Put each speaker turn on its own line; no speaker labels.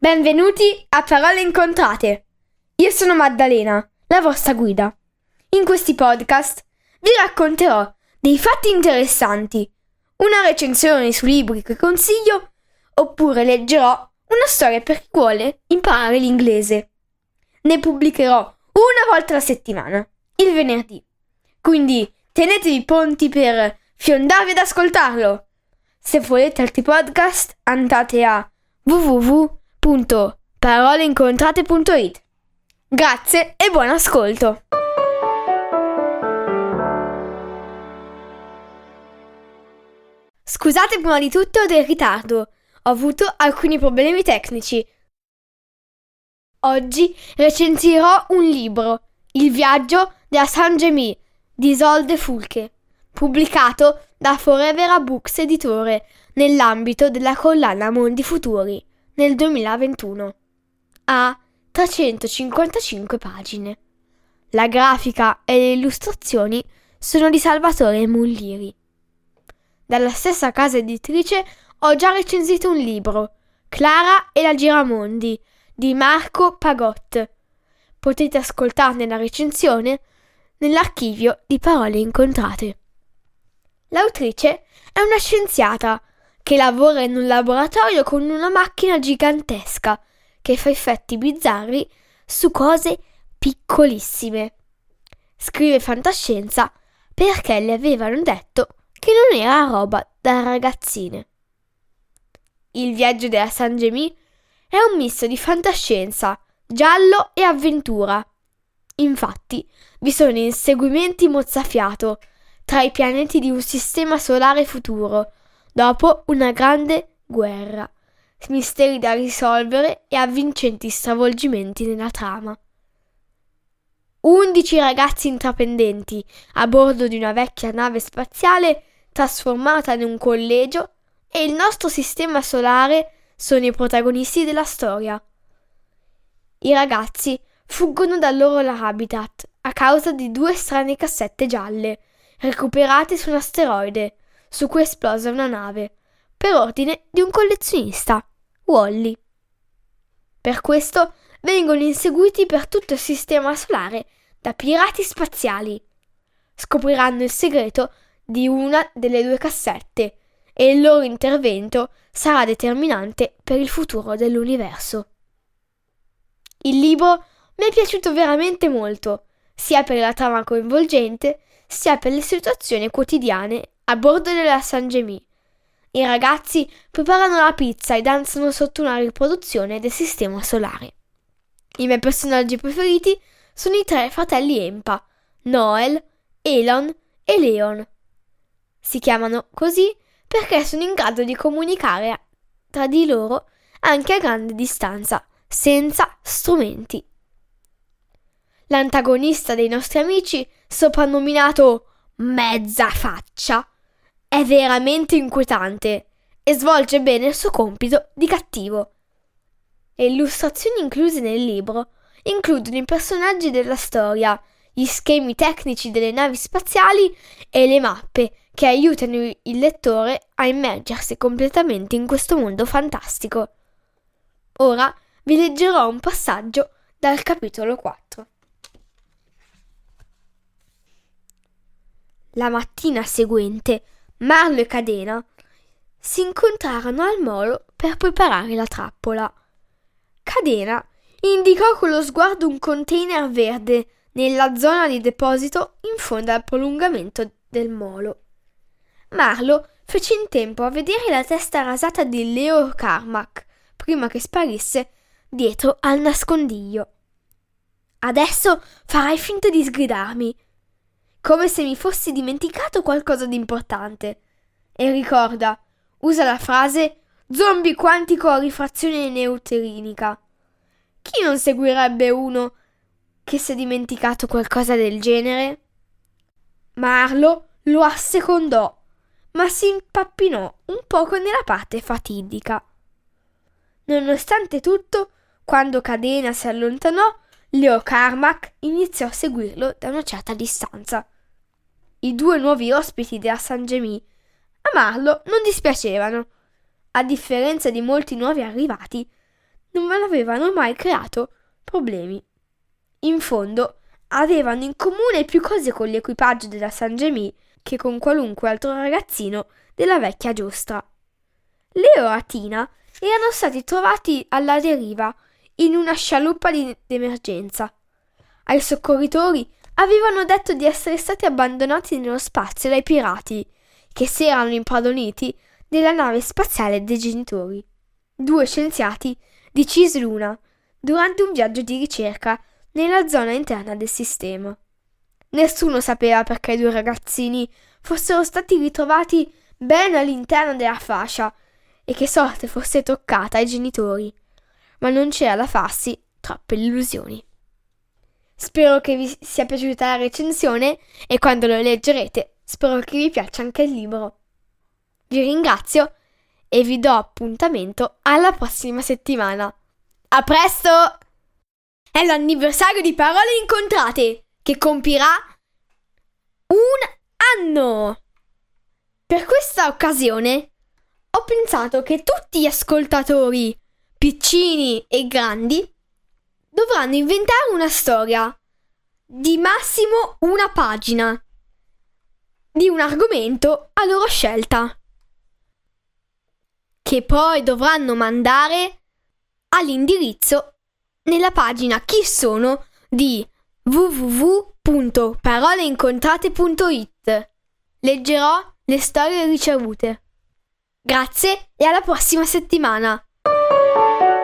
Benvenuti a Parole Incontrate. Io sono Maddalena, la vostra guida. In questi podcast vi racconterò dei fatti interessanti, una recensione su libri che consiglio, oppure leggerò una storia per chi vuole imparare l'inglese. Ne pubblicherò una volta alla settimana, il venerdì. Quindi tenetevi pronti per fiondarvi ad ascoltarlo. Se volete altri podcast, andate a www.paroleincontrate.it. Grazie e buon ascolto! Scusate prima di tutto del ritardo, ho avuto alcuni problemi tecnici. Oggi recensirò un libro, Il viaggio della Saint-Gémy di Isolde Fulche, pubblicato da Forevera Books Editore nell'ambito della collana Mondi Futuri nel 2021. Ha 355 pagine. La grafica e le illustrazioni sono di Salvatore Mulliri. Dalla stessa casa editrice ho già recensito un libro, Clara e la Giramondi, di Marco Pagott. Potete ascoltarne la recensione nell'archivio di Parole Incontrate. L'autrice è una scienziata che lavora in un laboratorio con una macchina gigantesca che fa effetti bizzarri su cose piccolissime. Scrive fantascienza perché le avevano detto che non era roba da ragazzine. Il viaggio della Saint-Gémy è un misto di fantascienza, giallo e avventura. Infatti, vi sono inseguimenti mozzafiato tra i pianeti di un sistema solare futuro, dopo una grande guerra, misteri da risolvere e avvincenti stravolgimenti nella trama. 11 ragazzi intraprendenti a bordo di una vecchia nave spaziale trasformata in un collegio e il nostro sistema solare sono i protagonisti della storia. I ragazzi fuggono dal loro habitat a causa di 2 strane cassette gialle recuperate su un asteroide su cui è esplosa una nave per ordine di un collezionista, Wally. Per questo vengono inseguiti per tutto il sistema solare da pirati spaziali. Scopriranno il segreto di una delle 2 cassette e il loro intervento sarà determinante per il futuro dell'universo. Il libro mi è piaciuto veramente molto, sia per la trama coinvolgente, sia per le situazioni quotidiane a bordo della Saint-Gémy. I ragazzi preparano la pizza e danzano sotto una riproduzione del sistema solare. I miei personaggi preferiti sono i 3 fratelli Empa, Noel, Elon e Leon. Si chiamano così perché sono in grado di comunicare tra di loro anche a grande distanza, senza strumenti. L'antagonista dei nostri amici, soprannominato Mezza Faccia, è veramente inquietante e svolge bene il suo compito di cattivo. Le illustrazioni incluse nel libro includono i personaggi della storia, gli schemi tecnici delle navi spaziali e le mappe che aiutano il lettore a immergersi completamente in questo mondo fantastico. Ora vi leggerò un passaggio dal capitolo 4. La mattina seguente, Marlo e Cadena si incontrarono al molo per preparare la trappola. Cadena indicò con lo sguardo un container verde nella zona di deposito in fondo al prolungamento del molo. Marlo fece in tempo a vedere la testa rasata di Leo Carmack prima che sparisse dietro al nascondiglio. Adesso farai finta di sgridarmi, come se mi fossi dimenticato qualcosa di importante. E ricorda, usa la frase zombie quantico a rifrazione neutrinica. Chi non seguirebbe uno che si è dimenticato qualcosa del genere? Marlo lo assecondò, ma si impappinò un poco nella parte fatidica. Nonostante tutto, quando Cadena si allontanò, Leo Carmack iniziò a seguirlo da una certa distanza. I 2 nuovi ospiti della Saint-Gémy a Marlo non dispiacevano. A differenza di molti nuovi arrivati, non avevano mai creato problemi. In fondo, avevano in comune più cose con l'equipaggio della Saint-Gémy che con qualunque altro ragazzino della vecchia giostra. Leo e Tina erano stati trovati alla deriva in una scialuppa d'emergenza. Ai soccorritori avevano detto di essere stati abbandonati nello spazio dai pirati, che si erano impadroniti della nave spaziale dei genitori. 2 scienziati di Cisluna durante un viaggio di ricerca nella zona interna del sistema. Nessuno sapeva perché i 2 ragazzini fossero stati ritrovati ben all'interno della fascia e che sorte fosse toccata ai genitori, ma non c'era da farsi troppe illusioni. Spero che vi sia piaciuta la recensione e quando lo leggerete spero che vi piaccia anche il libro. Vi ringrazio e vi do appuntamento alla prossima settimana. A presto! È l'anniversario di Parole Incontrate che compirà 1 anno! Per questa occasione ho pensato che tutti gli ascoltatori, piccini e grandi, dovranno inventare una storia di massimo 1 pagina di un argomento a loro scelta, che poi dovranno mandare all'indirizzo nella pagina Chi sono di www.paroleincontrate.it. Leggerò le storie ricevute. Grazie e alla prossima settimana!